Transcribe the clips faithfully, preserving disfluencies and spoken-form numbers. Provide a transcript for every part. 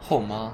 后妈。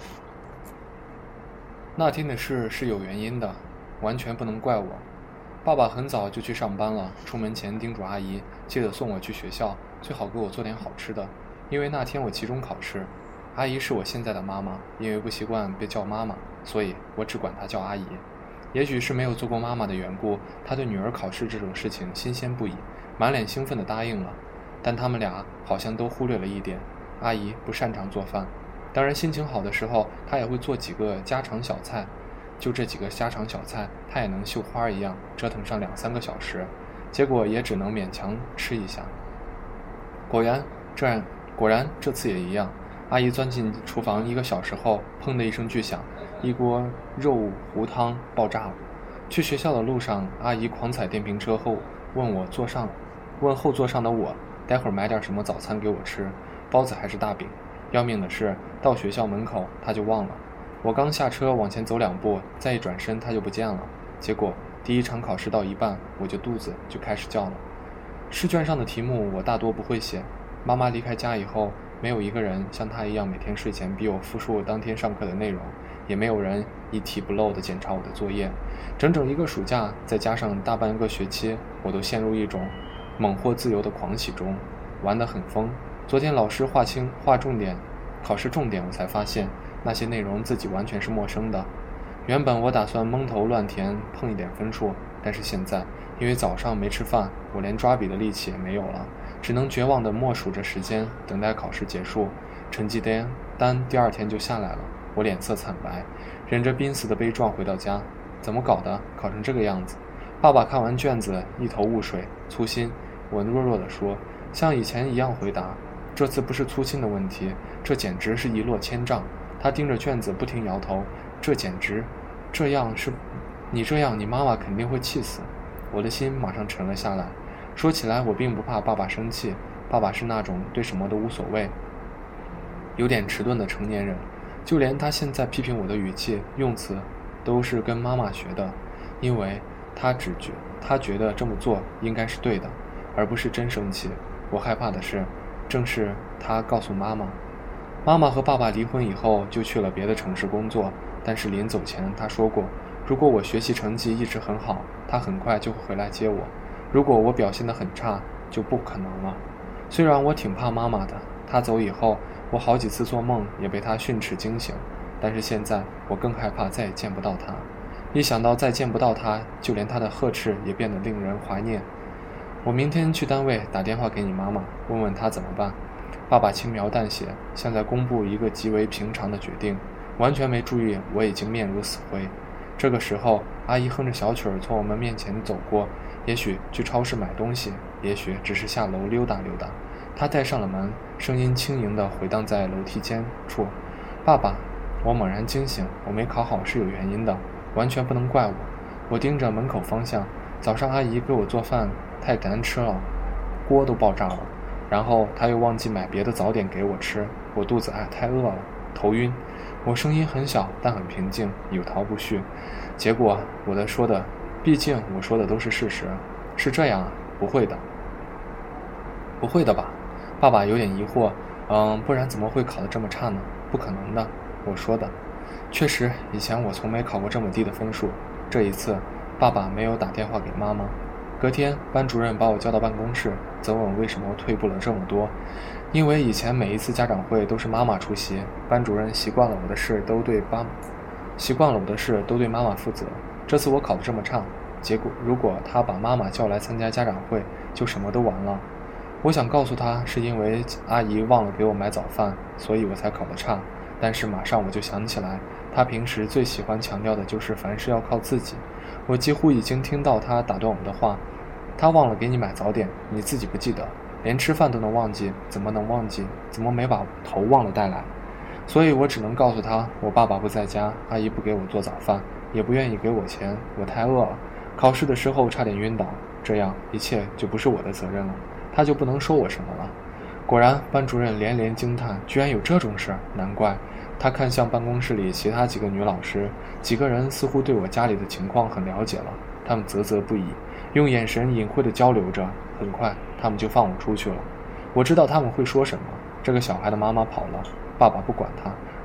那天的事是有原因的，完全不能怪我。爸爸很早就去上班了，出门前叮嘱阿姨记得送我去学校，最好给我做点好吃的，因为那天我期中考试。阿姨是我现在的妈妈，因为不习惯被叫妈妈，所以我只管她叫阿姨。也许是没有做过妈妈的缘故，她对女儿考试这种事情新鲜不已，满脸兴奋地答应了。但他们俩好像都忽略了一点，阿姨不擅长做饭，当然心情好的时候她也会做几个家常小菜，就这几个家常小菜她也能绣花一样折腾上两三个小时，结果也只能勉强吃一下。果然这样果然这次也一样，阿姨钻进厨房一个小时后，砰的一声巨响，一锅肉糊汤爆炸了。去学校的路上，阿姨狂踩电瓶车后问我坐上问后座上的我待会儿买点什么早餐给我吃，包子还是大饼。要命的是到学校门口她就忘了，我刚下车往前走两步，再一转身她就不见了。结果第一场考试到一半，我就肚子就开始叫了。试卷上的题目我大多不会写，妈妈离开家以后，没有一个人像她一样每天睡前逼我复述当天上课的内容，也没有人一题不漏地检查我的作业。整整一个暑假，再加上大半个学期，我都陷入一种猛获自由的狂喜中，玩得很疯。昨天老师划清划重点考试重点，我才发现那些内容自己完全是陌生的。原本我打算蒙头乱填碰一点分数，但是现在因为早上没吃饭，我连抓笔的力气也没有了，只能绝望地默数着时间，等待考试结束。成绩单单第二天就下来了，我脸色惨白，忍着濒死的悲壮回到家。怎么搞的，考成这个样子？爸爸看完卷子一头雾水，粗心。我弱弱地说，像以前一样回答，这次不是粗心的问题，这简直是一落千丈。他盯着卷子不停摇头，这简直这样是你这样你妈妈肯定会气死。我的心马上沉了下来。说起来我并不怕爸爸生气，爸爸是那种对什么都无所谓，有点迟钝的成年人，就连他现在批评我的语气用词都是跟妈妈学的，因为他只觉他觉得这么做应该是对的，而不是真生气。我害怕的是正是他告诉妈妈，妈妈和爸爸离婚以后就去了别的城市工作，但是临走前他说过，如果我学习成绩一直很好，他很快就会回来接我，如果我表现得很差就不可能了。虽然我挺怕妈妈的，她走以后我好几次做梦也被她训斥惊醒，但是现在我更害怕再也见不到她。一想到再见不到她，就连她的呵斥也变得令人怀念。我明天去单位打电话给你妈妈，问问她怎么办。爸爸轻描淡写，像在公布一个极为平常的决定，完全没注意我已经面如死灰。这个时候阿姨哼着小曲儿从我们面前走过，也许去超市买东西，也许只是下楼溜达溜达。她带上了门，声音轻盈地回荡在楼梯间处。爸爸。我猛然惊醒，我没考好是有原因的，完全不能怪我。我盯着门口方向，早上阿姨给我做饭太难吃了，锅都爆炸了，然后她又忘记买别的早点给我吃，我肚子哎太饿了，头晕。我声音很小但很平静，有逃不续。结果我的说的毕竟我说的都是事实。是这样啊？不会的。不会的吧？爸爸有点疑惑。嗯，不然怎么会考得这么差呢？不可能的。我说的。确实以前我从没考过这么低的分数。这一次爸爸没有打电话给妈妈。隔天班主任把我叫到办公室，责问为什么退步了这么多。因为以前每一次家长会都是妈妈出席，班主任习惯了我的事都对爸习惯了我的事都对妈妈负责。这次我考得这么差，结果如果他把妈妈叫来参加家长会，就什么都完了。我想告诉他是因为阿姨忘了给我买早饭，所以我才考得差，但是马上我就想起来，他平时最喜欢强调的就是凡事要靠自己。我几乎已经听到他打断我的话，他忘了给你买早点，你自己不记得，连吃饭都能忘记，怎么能忘记？怎么没把头忘了带来？所以我只能告诉他，我爸爸不在家，阿姨不给我做早饭，也不愿意给我钱，我太饿了，考试的时候差点晕倒，这样一切就不是我的责任了，他就不能说我什么了。果然班主任连连惊叹，居然有这种事，难怪。他看向办公室里其他几个女老师，几个人似乎对我家里的情况很了解了，他们啧啧不已，用眼神隐晦地交流着。很快他们就放我出去了。我知道他们会说什么，这个小孩的妈妈跑了，爸爸不管他，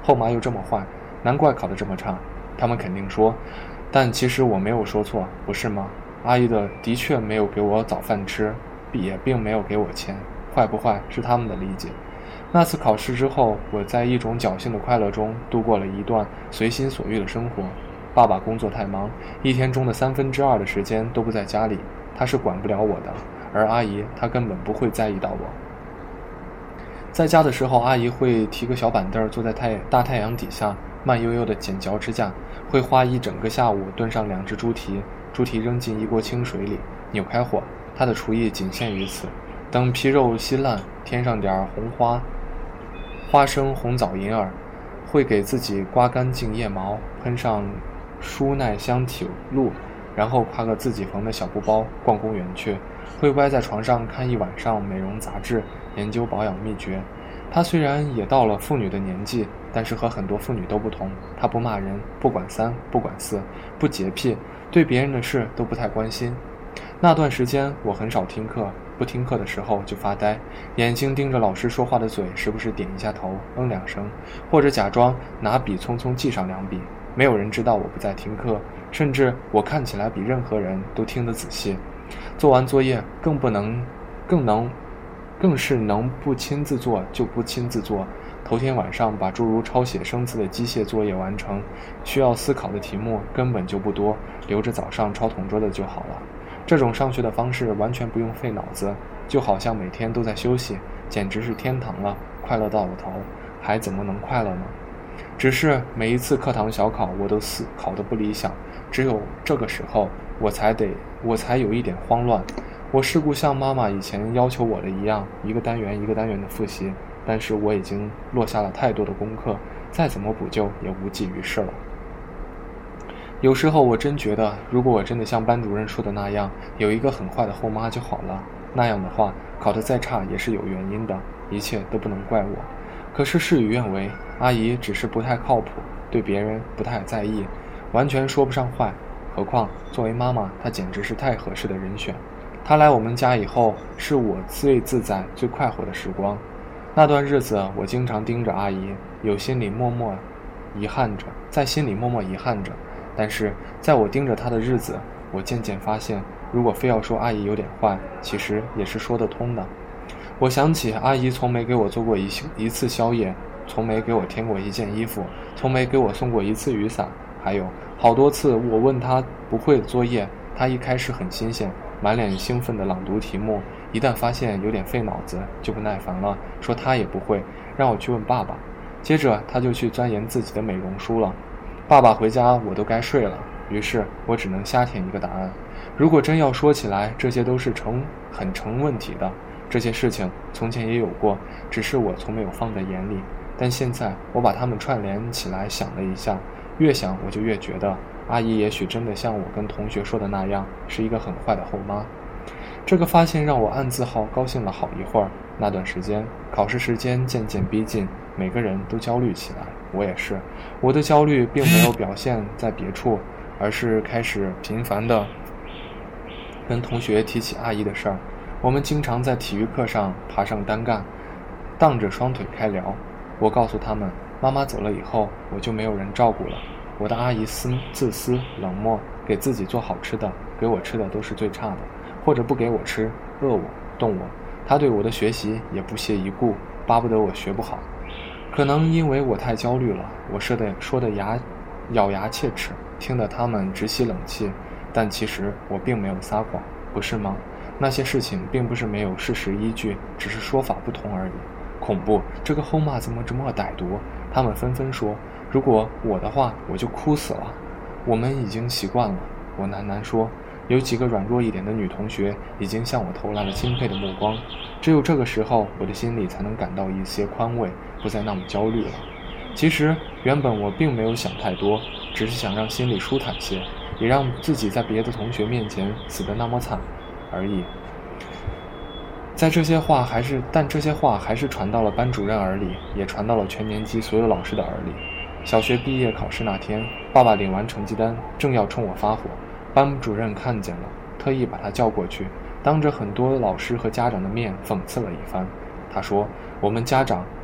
后妈又这么坏，难怪考得这么差。他们肯定说，但其实我没有说错，不是吗？阿姨的的确没有给我早饭吃，也并没有给我钱，坏不坏是他们的理解。那次考试之后，我在一种侥幸的快乐中度过了一段随心所欲的生活。爸爸工作太忙，一天中的三分之二的时间都不在家里，他是管不了我的，而阿姨她根本不会在意到我。在家的时候，阿姨会提个小板凳坐在太大太阳底下，慢悠悠地剪脚趾甲，会花一整个下午炖上两只猪蹄，猪蹄扔进一锅清水里，扭开火，她的厨艺仅限于此。等皮肉稀烂，添上点红花花生、红枣、银耳，会给自己刮干净腋毛，喷上舒耐香体露，然后挎个自己缝的小布包逛公园去，会歪在床上看一晚上美容杂志，研究保养秘诀。她虽然也到了妇女的年纪，但是和很多妇女都不同，她不骂人，不管三，不管四，不洁癖，对别人的事都不太关心。那段时间我很少听课，不听课的时候就发呆，眼睛盯着老师说话的嘴，时不时点一下头，嗯两声，或者假装拿笔匆匆记上两笔。没有人知道我不在听课，甚至我看起来比任何人都听得仔细。做完作业更不能更能更是能不亲自做就不亲自做。头天晚上把诸如抄写生字的机械作业完成，需要思考的题目根本就不多，留着早上抄同桌的就好了。这种上学的方式完全不用费脑子，就好像每天都在休息，简直是天堂了，快乐到了头，还怎么能快乐呢？只是每一次课堂小考我都思考得不理想，只有这个时候我才得我才有一点慌乱。我试过像妈妈以前要求我的一样，一个单元一个单元的复习，但是我已经落下了太多的功课，再怎么补救也无济于事了。有时候我真觉得，如果我真的像班主任说的那样，有一个很坏的后妈就好了，那样的话考得再差也是有原因的，一切都不能怪我。可是事与愿违，阿姨只是不太靠谱，对别人不太在意，完全说不上坏。何况作为妈妈，她简直是太合适的人选。她来我们家以后，是我最自在最快活的时光。那段日子我经常盯着阿姨，有心里默默遗憾着在心里默默遗憾着。但是在我盯着她的日子，我渐渐发现，如果非要说阿姨有点坏，其实也是说得通的。我想起阿姨从没给我做过一一次宵夜，从没给我添过一件衣服，从没给我送过一次雨伞，还有好多次我问她不会的作业，她一开始很新鲜，满脸兴奋地朗读题目，一旦发现有点费脑子就不耐烦了，说她也不会，让我去问爸爸。接着她就去钻研自己的美容书了。爸爸回家我都该睡了，于是我只能瞎填一个答案。如果真要说起来，这些都是成很成问题的。这些事情从前也有过，只是我从没有放在眼里。但现在我把它们串联起来想了一下，越想我就越觉得，阿姨也许真的像我跟同学说的那样，是一个很坏的后妈。这个发现让我暗自好高兴了好一会儿。那段时间，考试时间渐渐逼近，每个人都焦虑起来，我也是。我的焦虑并没有表现在别处，而是开始频繁地跟同学提起阿姨的事儿。我们经常在体育课上爬上单杠，荡着双腿开聊。我告诉他们，妈妈走了以后，我就没有人照顾了。我的阿姨私自私冷漠，给自己做好吃的，给我吃的都是最差的，或者不给我吃，饿我冻我。她对我的学习也不屑一顾，巴不得我学不好。可能因为我太焦虑了，我说的说的牙咬牙切齿，听得他们直吸冷气。但其实我并没有撒谎，不是吗？那些事情并不是没有事实依据，只是说法不同而已。恐怖，这个后妈怎么这么歹毒？他们纷纷说，如果我的话，我就哭死了。我们已经习惯了，我喃喃说。有几个软弱一点的女同学已经向我投来了钦佩的目光，只有这个时候，我的心里才能感到一些宽慰，不再那么焦虑了。其实原本我并没有想太多，只是想让心里舒坦些，也让自己在别的同学面前死得那么惨而已。在这些话还是但这些话还是传到了班主任耳里，也传到了全年级所有老师的耳里。小学毕业考试那天，爸爸领完成绩单，正要冲我发火，班主任看见了，特意把他叫过去，当着很多老师和家长的面讽刺了一番。他说，我们家长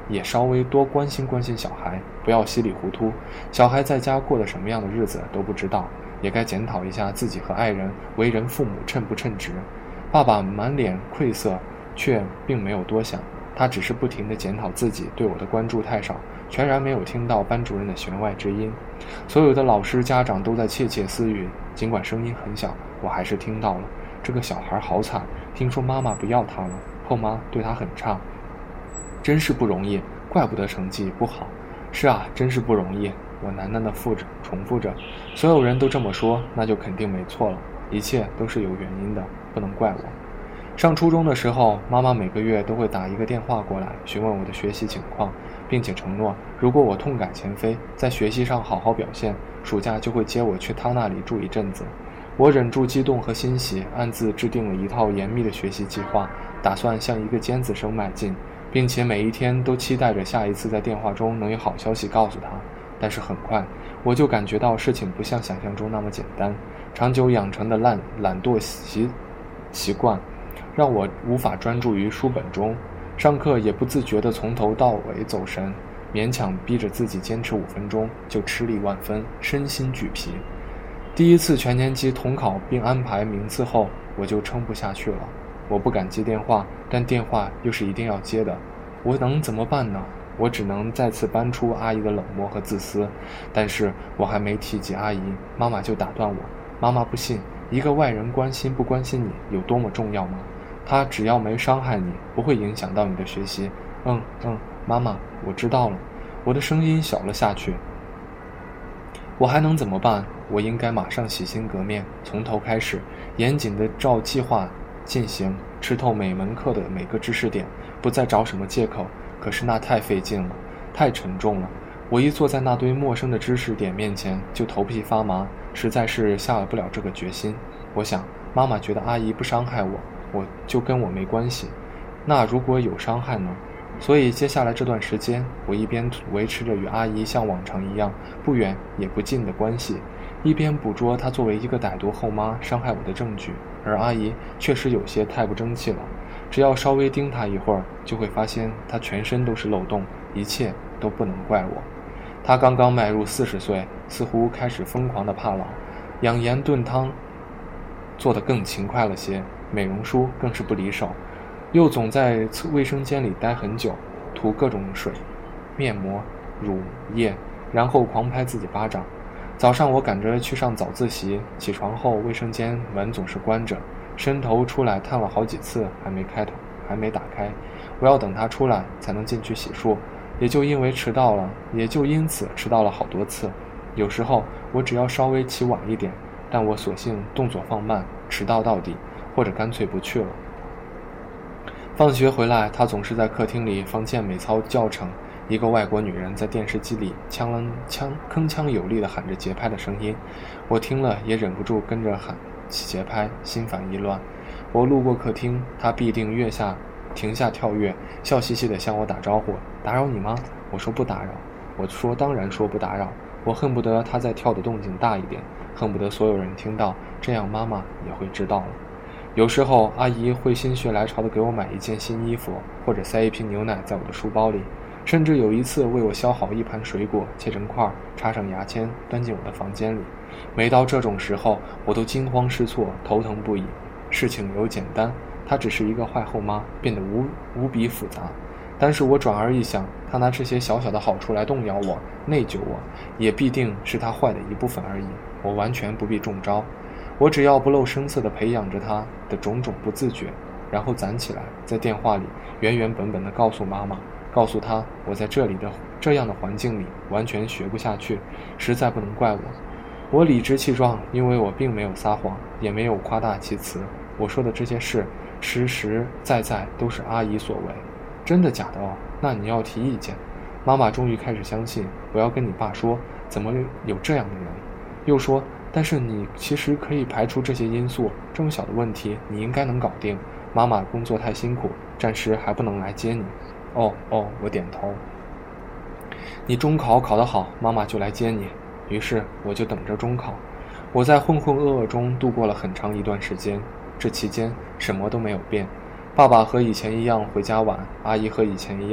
也稍微多关心关心小孩，不要稀里糊涂。小孩在家过的什么样的日子都不知道，也该检讨一下自己和爱人为人父母称不称职。爸爸满脸愧色，却并没有多想，他只是不停地检讨自己对我的关注太少，全然没有听到班主任的弦外之音。所有的老师家长都在窃窃私语，尽管声音很小，我还是听到了。这个小孩好惨，听说妈妈不要他了，后妈对他很差，真是不容易，怪不得成绩不好。是啊，真是不容易。我喃喃地复着重复着，所有人都这么说，那就肯定没错了，一切都是有原因的，不能怪我。上初中的时候，妈妈每个月都会打一个电话过来询问我的学习情况，并且承诺如果我痛改前非，在学习上好好表现，暑假就会接我去她那里住一阵子。我忍住激动和欣喜，暗自制定了一套严密的学习计划，打算向一个尖子生迈进，并且每一天都期待着下一次在电话中能有好消息告诉他。但是很快我就感觉到事情不像想象中那么简单，长久养成的懒懒惰习习惯让我无法专注于书本中，上课也不自觉地从头到尾走神，勉强逼着自己坚持五分钟就吃力万分，身心俱疲。第一次全年级统考并安排名次后，我就撑不下去了。我不敢接电话，但电话又是一定要接的，我能怎么办呢？我只能再次搬出阿姨的冷漠和自私。但是我还没提及阿姨，妈妈就打断我。妈妈不信，一个外人关心不关心你有多么重要吗？他只要没伤害你，不会影响到你的学习。嗯嗯，妈妈，我知道了。我的声音小了下去。我还能怎么办？我应该马上洗心革面，从头开始，严谨地照计划进行，吃透每门课的每个知识点，不再找什么借口。可是那太费劲了，太沉重了。我一坐在那堆陌生的知识点面前，就头皮发麻，实在是下了不了这个决心。我想，妈妈觉得阿姨不伤害我，我就跟我没关系。那如果有伤害呢？所以接下来这段时间，我一边维持着与阿姨像往常一样不远也不近的关系，一边捕捉她作为一个歹毒后妈伤害我的证据。而阿姨确实有些太不争气了，只要稍微盯她一会儿，就会发现她全身都是漏洞，一切都不能怪我。她刚刚迈入四十岁，似乎开始疯狂的怕老，养颜炖汤做得更勤快了些，美容书更是不离手，又总在卫生间里待很久，涂各种水、面膜、乳液，然后狂拍自己巴掌。早上我赶着去上早自习，起床后卫生间门总是关着，伸头出来探了好几次，还没开头，还没打开。我要等他出来才能进去洗漱，也就因为迟到了，也就因此迟到了好多次。有时候我只要稍微起晚一点，但我索性动作放慢，迟到到底，或者干脆不去了。放学回来，他总是在客厅里放健美操教程，一个外国女人在电视机里锵锵铿锵有力地喊着节拍的声音，我听了也忍不住跟着喊起节拍，心烦意乱。我路过客厅，他必定跃下停下跳跃，笑嘻嘻地向我打招呼：“打扰你吗？”我说不打扰。我说当然说不打扰。我恨不得他在跳的动静大一点，恨不得所有人听到，这样妈妈也会知道了。有时候阿姨会心血来潮地给我买一件新衣服，或者塞一瓶牛奶在我的书包里，甚至有一次为我削好一盘水果，切成块，插上牙签，端进我的房间里。每到这种时候，我都惊慌失措，头疼不已。事情由简单，她只是一个坏后妈，变得无无比复杂。但是我转而一想，她拿这些小小的好处来动摇我、内疚我，也必定是她坏的一部分而已。我完全不必中招，我只要不露声色地培养着她的种种不自觉，然后攒起来，在电话里原原本本地告诉妈妈，告诉她我在这里的这样的环境里完全学不下去，实在不能怪我。我理直气壮，因为我并没有撒谎，也没有夸大其词。我说的这些事，实实在在都是阿姨所为。真的假的哦？那你要提意见。妈妈终于开始相信，我要跟你爸说，怎么有这样的人？又说，但是你其实可以排除这些因素，这么小的问题你应该能搞定。妈妈工作太辛苦，暂时还不能来接你。哦哦，我点头。你中考考得好，妈妈就来接你。于是我就等着中考。我在浑浑噩噩中度过了很长一段时间，这期间什么都没有变。爸爸和以前一样回家晚，阿姨和以前一样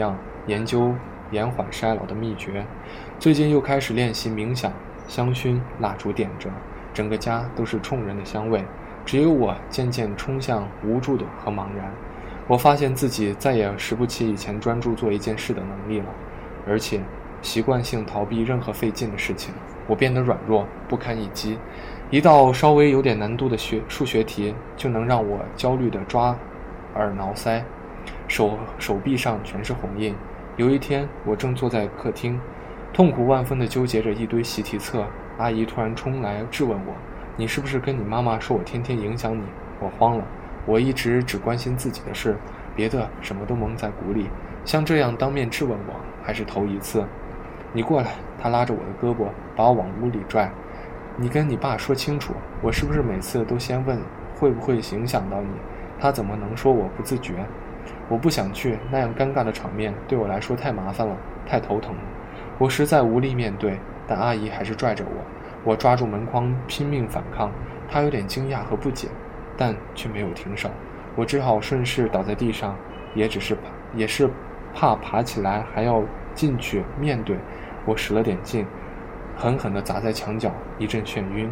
研究延缓衰老的秘诀。最近又开始练习冥想，香薰蜡烛点着，整个家都是冲人的香味，只有我渐渐冲向无助的和茫然。我发现自己再也拾不起以前专注做一件事的能力了，而且习惯性逃避任何费劲的事情。我变得软弱，不堪一击，一道稍微有点难度的学数学题就能让我焦虑地抓耳挠腮，手手臂上全是红印。有一天，我正坐在客厅，痛苦万分地纠结着一堆习题册，阿姨突然冲来质问我：“你是不是跟你妈妈说我天天影响你？”我慌了，我一直只关心自己的事，别的什么都蒙在鼓里。像这样当面质问我，还是头一次。你过来，她拉着我的胳膊，把我往屋里拽。你跟你爸说清楚，我是不是每次都先问会不会影响到你？他怎么能说我不自觉？我不想去，那样尴尬的场面对我来说太麻烦了，太头疼了。我实在无力面对，但阿姨还是拽着我。我抓住门框拼命反抗，她有点惊讶和不解，但却没有停手。我只好顺势倒在地上，也只是怕也是怕爬起来还要进去面对。我使了点劲，狠狠地砸在墙角，一阵眩晕。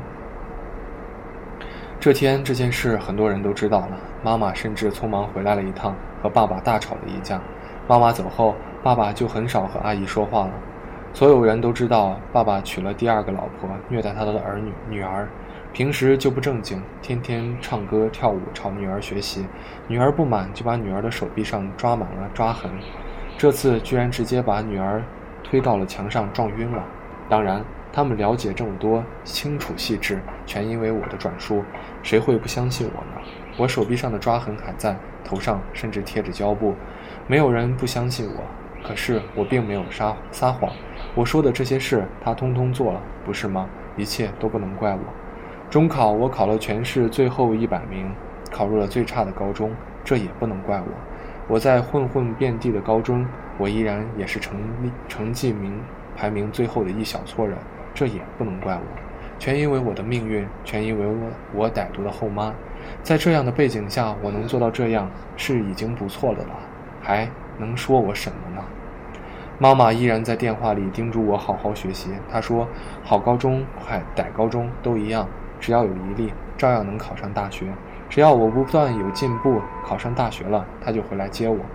这天这件事很多人都知道了，妈妈甚至匆忙回来了一趟，和爸爸大吵了一架。妈妈走后，爸爸就很少和阿姨说话了。所有人都知道，爸爸娶了第二个老婆，虐待他的儿女女儿，平时就不正经，天天唱歌跳舞吵女儿学习，女儿不满就把女儿的手臂上抓满了抓痕，这次居然直接把女儿推到了墙上撞晕了。当然他们了解这么多，清楚细致，全因为我的转述，谁会不相信我呢？我手臂上的抓痕还在，头上甚至贴着胶布，没有人不相信我。可是我并没有撒撒谎，我说的这些事他通通做了，不是吗？一切都不能怪我。中考我考了全市最后一百名，考入了最差的高中，这也不能怪我。我在混混遍地的高中，我依然也是成成绩名排名最后的一小撮人，这也不能怪我。全因为我的命运，全因为我我歹毒的后妈。在这样的背景下，我能做到这样是已经不错的了，还能说我什么呢？妈妈依然在电话里叮嘱我好好学习。她说好高中还歹高中都一样，只要有一力照样能考上大学，只要我不断有进步，考上大学了，她就回来接我。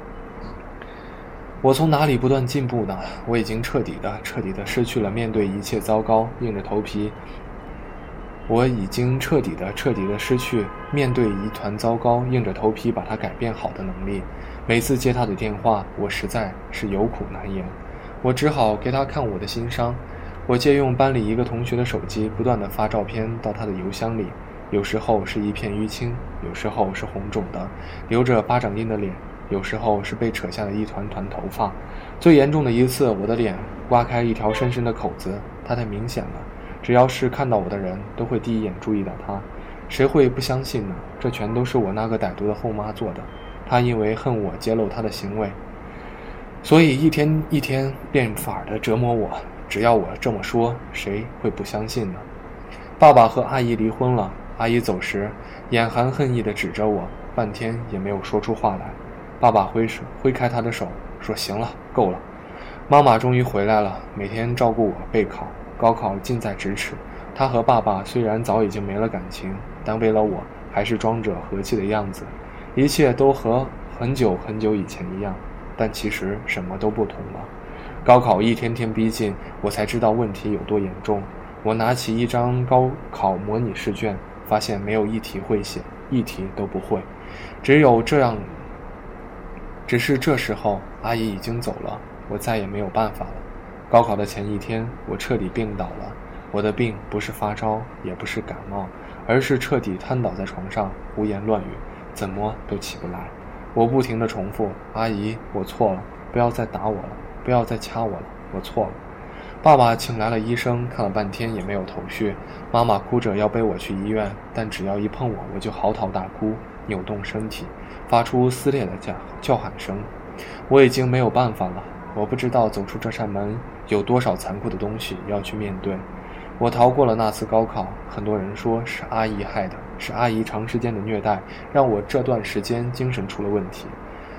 我从哪里不断进步呢？我已经彻底的彻底的失去了面对一切糟糕硬着头皮我已经彻底的彻底的失去面对一团糟糕硬着头皮把它改变好的能力。每次接他的电话，我实在是有苦难言，我只好给他看我的心伤。我借用班里一个同学的手机，不断地发照片到他的邮箱里，有时候是一片淤青，有时候是红肿的留着巴掌印的脸，有时候是被扯下了一团团头发。最严重的一次，我的脸刮开一条深深的口子，它太明显了，只要是看到我的人都会第一眼注意到它。谁会不相信呢？这全都是我那个歹毒的后妈做的。她因为恨我揭露她的行为，所以一天一天变法地折磨我。只要我这么说，谁会不相信呢？爸爸和阿姨离婚了，阿姨走时眼含恨意地指着我，半天也没有说出话来。爸爸挥手挥开他的手，说行了，够了。妈妈终于回来了，每天照顾我备考，高考近在咫尺。她和爸爸虽然早已经没了感情，但为了我还是装着和气的样子，一切都和很久很久以前一样，但其实什么都不同了。高考一天天逼近，我才知道问题有多严重。我拿起一张高考模拟试卷，发现没有一题会写，一题都不会。只有这样，只是这时候阿姨已经走了，我再也没有办法了。高考的前一天，我彻底病倒了。我的病不是发烧，也不是感冒，而是彻底瘫倒在床上，胡言乱语，怎么都起不来。我不停地重复：阿姨，我错了，不要再打我了，不要再掐我了，我错了。爸爸请来了医生，看了半天也没有头绪。妈妈哭着要背我去医院，但只要一碰我，我就嚎啕大哭，扭动身体，发出撕裂的叫叫喊声。我已经没有办法了，我不知道走出这扇门有多少残酷的东西要去面对。我逃过了那次高考，很多人说是阿姨害的，是阿姨长时间的虐待，让我这段时间精神出了问题。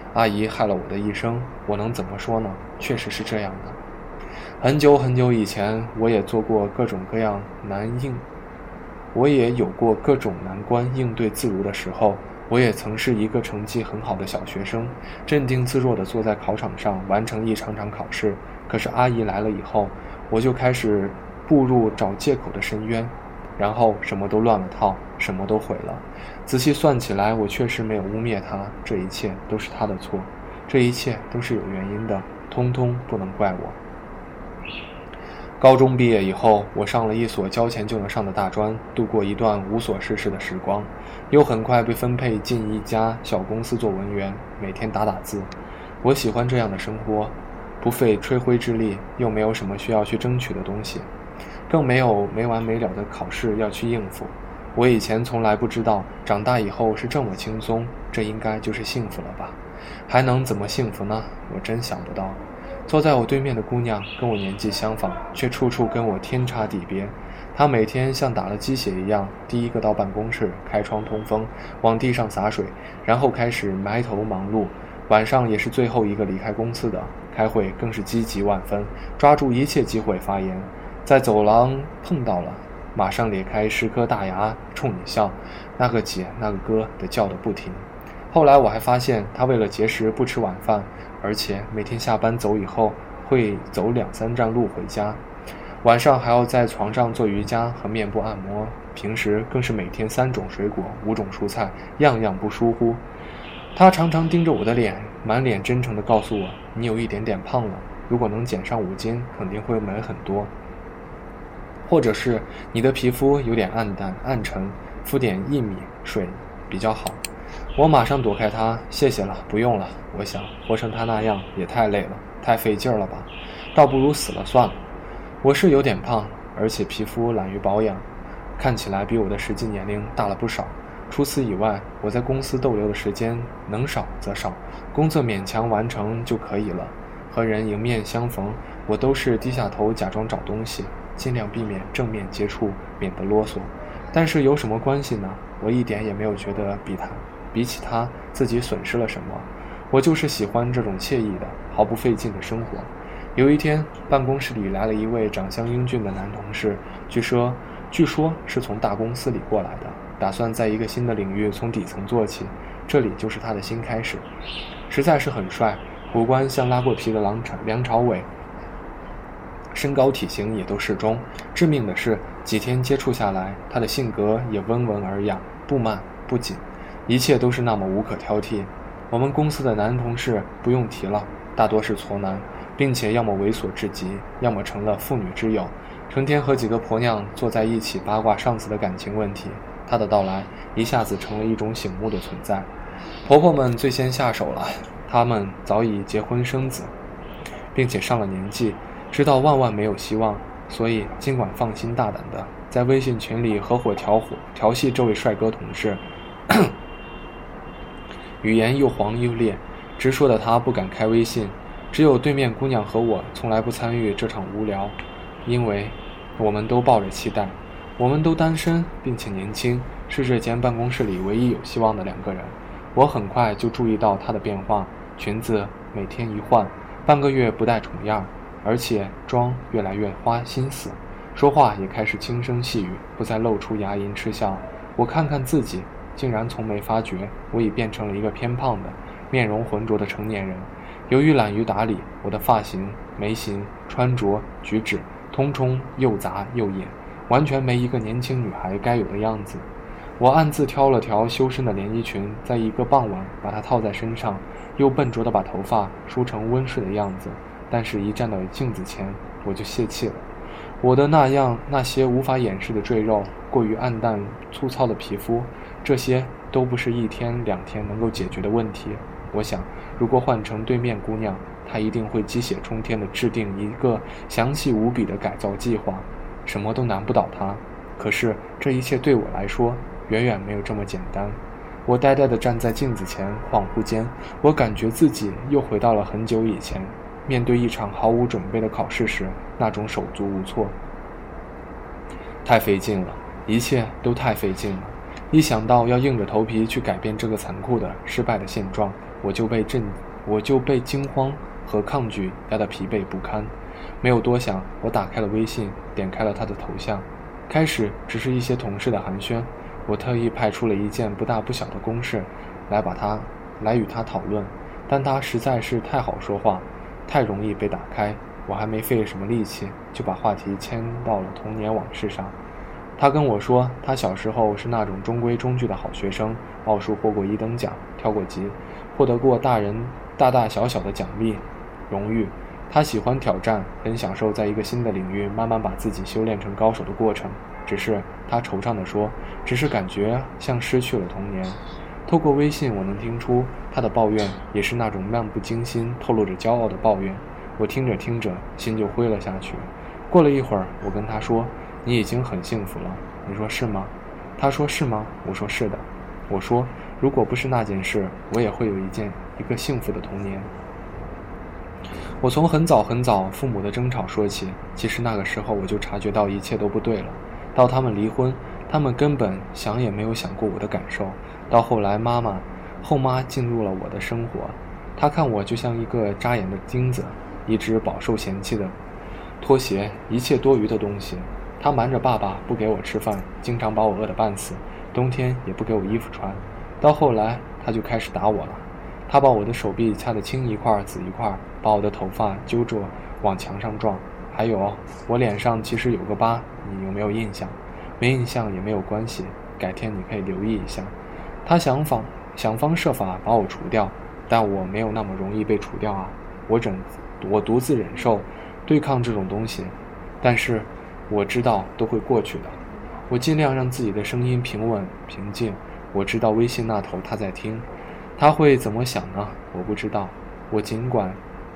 阿姨害了我的一生，我能怎么说呢？确实是这样的。很久很久以前，我也做过各种各样难应，我也有过各种难关应对自如的时候。我也曾是一个成绩很好的小学生，镇定自若地坐在考场上完成一场场考试。可是阿姨来了以后，我就开始步入找借口的深渊，然后什么都乱了套，什么都毁了。仔细算起来，我确实没有污蔑她，这一切都是她的错，这一切都是有原因的，通通不能怪我。高中毕业以后，我上了一所交钱就能上的大专，度过一段无所事事的时光，又很快被分配进一家小公司做文员，每天打打字。我喜欢这样的生活，不费吹灰之力，又没有什么需要去争取的东西，更没有没完没了的考试要去应付。我以前从来不知道，长大以后是这么轻松，这应该就是幸福了吧？还能怎么幸福呢？我真想不到。坐在我对面的姑娘跟我年纪相仿，却处处跟我天差地别。她每天像打了鸡血一样，第一个到办公室开窗通风，往地上洒水，然后开始埋头忙碌。晚上也是最后一个离开公司的，开会更是积极万分，抓住一切机会发言。在走廊碰到了，马上咧开十颗大牙冲你笑，那个姐那个哥的叫得不停。后来我还发现，她为了节食不吃晚饭，而且每天下班走以后会走两三站路回家，晚上还要在床上做瑜伽和面部按摩，平时更是每天三种水果五种蔬菜，样样不疏忽。她常常盯着我的脸，满脸真诚地告诉我，你有一点点胖了，如果能减上五斤肯定会美很多，或者是你的皮肤有点暗淡暗沉，敷点薏米水比较好。我马上躲开他，谢谢了，不用了。我想活成他那样也太累了，太费劲了吧，倒不如死了算了。我是有点胖，而且皮肤懒于保养，看起来比我的实际年龄大了不少。除此以外，我在公司逗留的时间能少则少，工作勉强完成就可以了。和人迎面相逢，我都是低下头假装找东西，尽量避免正面接触，免得啰嗦。但是有什么关系呢？我一点也没有觉得比他比起他自己损失了什么，我就是喜欢这种惬意的毫不费劲的生活。有一天，办公室里来了一位长相英俊的男同事，据说据说是从大公司里过来的，打算在一个新的领域从底层做起，这里就是他的新开始。实在是很帅，五官像拉过皮的梁朝梁朝伟，身高体型也都适中。致命的是，几天接触下来，他的性格也温文尔雅，不慢不紧，一切都是那么无可挑剔。我们公司的男同事不用提了，大多是矬男，并且要么猥琐至极，要么成了妇女之友，成天和几个婆娘坐在一起八卦上司的感情问题。他的到来一下子成了一种醒目的存在。婆婆们最先下手了，她们早已结婚生子，并且上了年纪，知道万万没有希望，所以尽管放心大胆的在微信群里合伙调伙调戏这位帅哥同事，语言又黄又烈，直说的他不敢开微信。只有对面姑娘和我从来不参与这场无聊，因为我们都抱着期待，我们都单身并且年轻，是这间办公室里唯一有希望的两个人。我很快就注意到她的变化，裙子每天一换，半个月不带重样，而且妆越来越花心思，说话也开始轻声细语，不再露出牙龈嗤笑。我看看自己，竟然从没发觉我已变成了一个偏胖的面容浑浊的成年人。由于懒于打理，我的发型、眉形、穿着、举止通通又杂又野，完全没一个年轻女孩该有的样子。我暗自挑了条修身的连衣裙，在一个傍晚把它套在身上，又笨拙地把头发梳成温顺的样子。但是一站到镜子前，我就泄气了。我的那样那些无法掩饰的赘肉，过于暗淡粗糙的皮肤，这些都不是一天两天能够解决的问题。我想，如果换成对面姑娘，她一定会鸡血冲天地制定一个详细无比的改造计划，什么都难不倒她。可是这一切对我来说，远远没有这么简单。我呆呆地站在镜子前，恍惚间，我感觉自己又回到了很久以前，面对一场毫无准备的考试时那种手足无措。太费劲了，一切都太费劲了。一想到要硬着头皮去改变这个残酷的失败的现状， 我就被震，我就被惊慌和抗拒压得疲惫不堪。没有多想，我打开了微信，点开了他的头像。开始只是一些同事的寒暄，我特意派出了一件不大不小的公事来把他来与他讨论，但他实在是太好说话，太容易被打开。我还没费什么力气，就把话题牵到了童年往事上。他跟我说，他小时候是那种中规中矩的好学生，奥数获过一等奖，跳过级，获得过大人大大小小的奖励、荣誉。他喜欢挑战，很享受在一个新的领域慢慢把自己修炼成高手的过程。只是他惆怅地说，只是感觉像失去了童年。透过微信，我能听出他的抱怨也是那种漫不经心、透露着骄傲的抱怨。我听着听着，心就灰了下去。过了一会儿，我跟他说，你已经很幸福了。你说是吗？他说是吗？我说是的。我说，如果不是那件事，我也会有一件一个幸福的童年。我从很早很早父母的争吵说起，其实那个时候我就察觉到一切都不对了。到他们离婚，他们根本想也没有想过我的感受。到后来妈妈后妈进入了我的生活，她看我就像一个扎眼的钉子，一只饱受嫌弃的拖鞋，一切多余的东西。她瞒着爸爸不给我吃饭，经常把我饿得半死，冬天也不给我衣服穿。到后来她就开始打我了，她把我的手臂掐得青一块紫一块，把我的头发揪着往墙上撞。还有，我脸上其实有个疤，你有没有印象？没印象也没有关系，改天你可以留意一下。他想方想方设法把我除掉，但我没有那么容易被除掉啊！我忍，我独自忍受，对抗这种东西，但是我知道都会过去的。我尽量让自己的声音平稳平静。我知道微信那头他在听，他会怎么想呢？我不知道。我尽管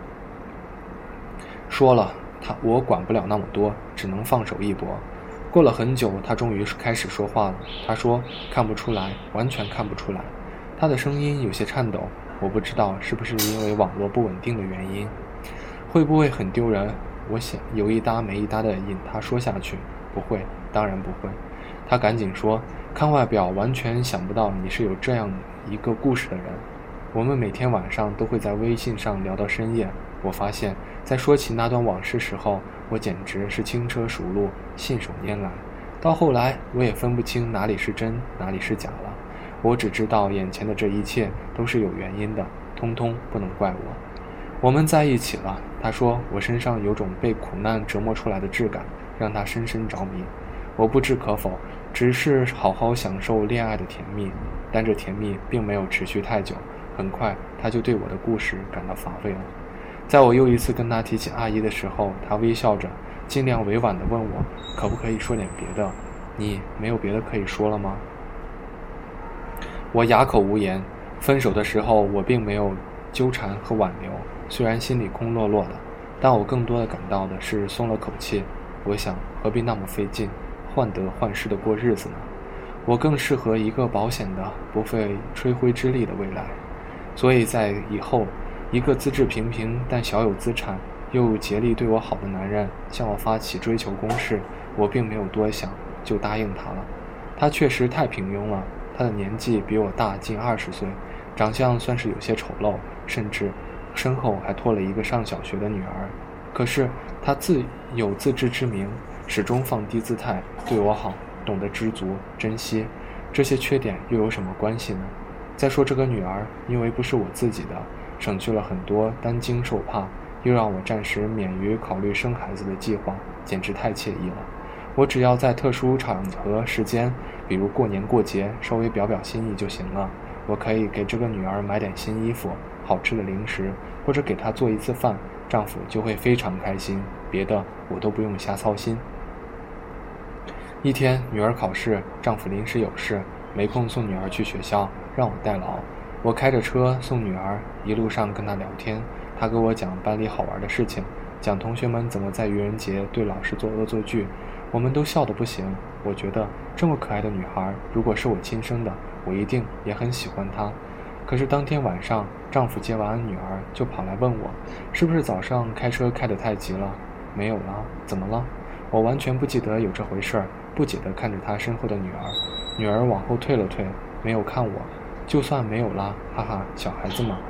说了，他我管不了那么多，只能放手一搏。过了很久，他终于开始说话了。他说，看不出来，完全看不出来。他的声音有些颤抖，我不知道是不是因为网络不稳定的原因。会不会很丢人？我想有一搭没一搭地引他说下去。不会，当然不会。他赶紧说，看外表完全想不到你是有这样一个故事的人。我们每天晚上都会在微信上聊到深夜。我发现在说起那段往事时候，我简直是轻车熟路，信手拈来。到后来我也分不清哪里是真哪里是假了。我只知道眼前的这一切都是有原因的，通通不能怪我。我们在一起了，他说我身上有种被苦难折磨出来的质感，让他深深着迷。我不置可否，只是好好享受恋爱的甜蜜。但这甜蜜并没有持续太久，很快他就对我的故事感到乏味了。在我又一次跟他提起阿姨的时候，他微笑着，尽量委婉地问我，可不可以说点别的？你没有别的可以说了吗？我哑口无言。分手的时候，我并没有纠缠和挽留，虽然心里空落落的，但我更多的感到的是松了口气。我想，何必那么费劲，患得患失的过日子呢？我更适合一个保险的、不费吹灰之力的未来。所以在以后，一个资质平平但小有资产又竭力对我好的男人向我发起追求攻势，我并没有多想就答应他了。他确实太平庸了，他的年纪比我大近二十岁，长相算是有些丑陋，甚至身后还拖了一个上小学的女儿。可是他自有自知之明，始终放低姿态，对我好，懂得知足珍惜。这些缺点又有什么关系呢？再说这个女儿，因为不是我自己的，省去了很多担惊受怕，又让我暂时免于考虑生孩子的计划，简直太惬意了。我只要在特殊场合时间，比如过年过节，稍微表表心意就行了。我可以给这个女儿买点新衣服、好吃的零食，或者给她做一次饭，丈夫就会非常开心，别的我都不用瞎操心。一天，女儿考试，丈夫临时有事，没空送女儿去学校，让我代劳。我开着车送女儿，一路上跟她聊天，她给我讲班里好玩的事情，讲同学们怎么在愚人节对老师做恶作剧，我们都笑得不行。我觉得这么可爱的女孩，如果是我亲生的，我一定也很喜欢她。可是当天晚上，丈夫接完女儿就跑来问我，是不是早上开车开得太急了？没有了，怎么了？我完全不记得有这回事儿，不解地看着他身后的女儿。女儿往后退了退，没有看我。就算没有啦，哈哈，小孩子嘛，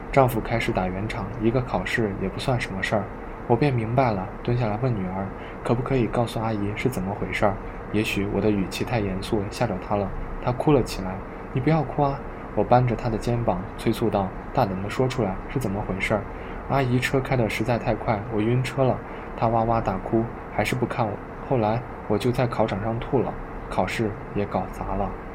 丈夫开始打圆场，一个考试也不算什么事儿。我便明白了，蹲下来问女儿，可不可以告诉阿姨是怎么回事儿？也许我的语气太严肃，吓着她了，她哭了起来。你不要哭啊！我扳着她的肩膀，催促道：“大胆地说出来，是怎么回事儿？”阿姨车开得实在太快，我晕车了。她哇哇大哭，还是不看我。后来我就在考场上吐了，考试也搞砸了。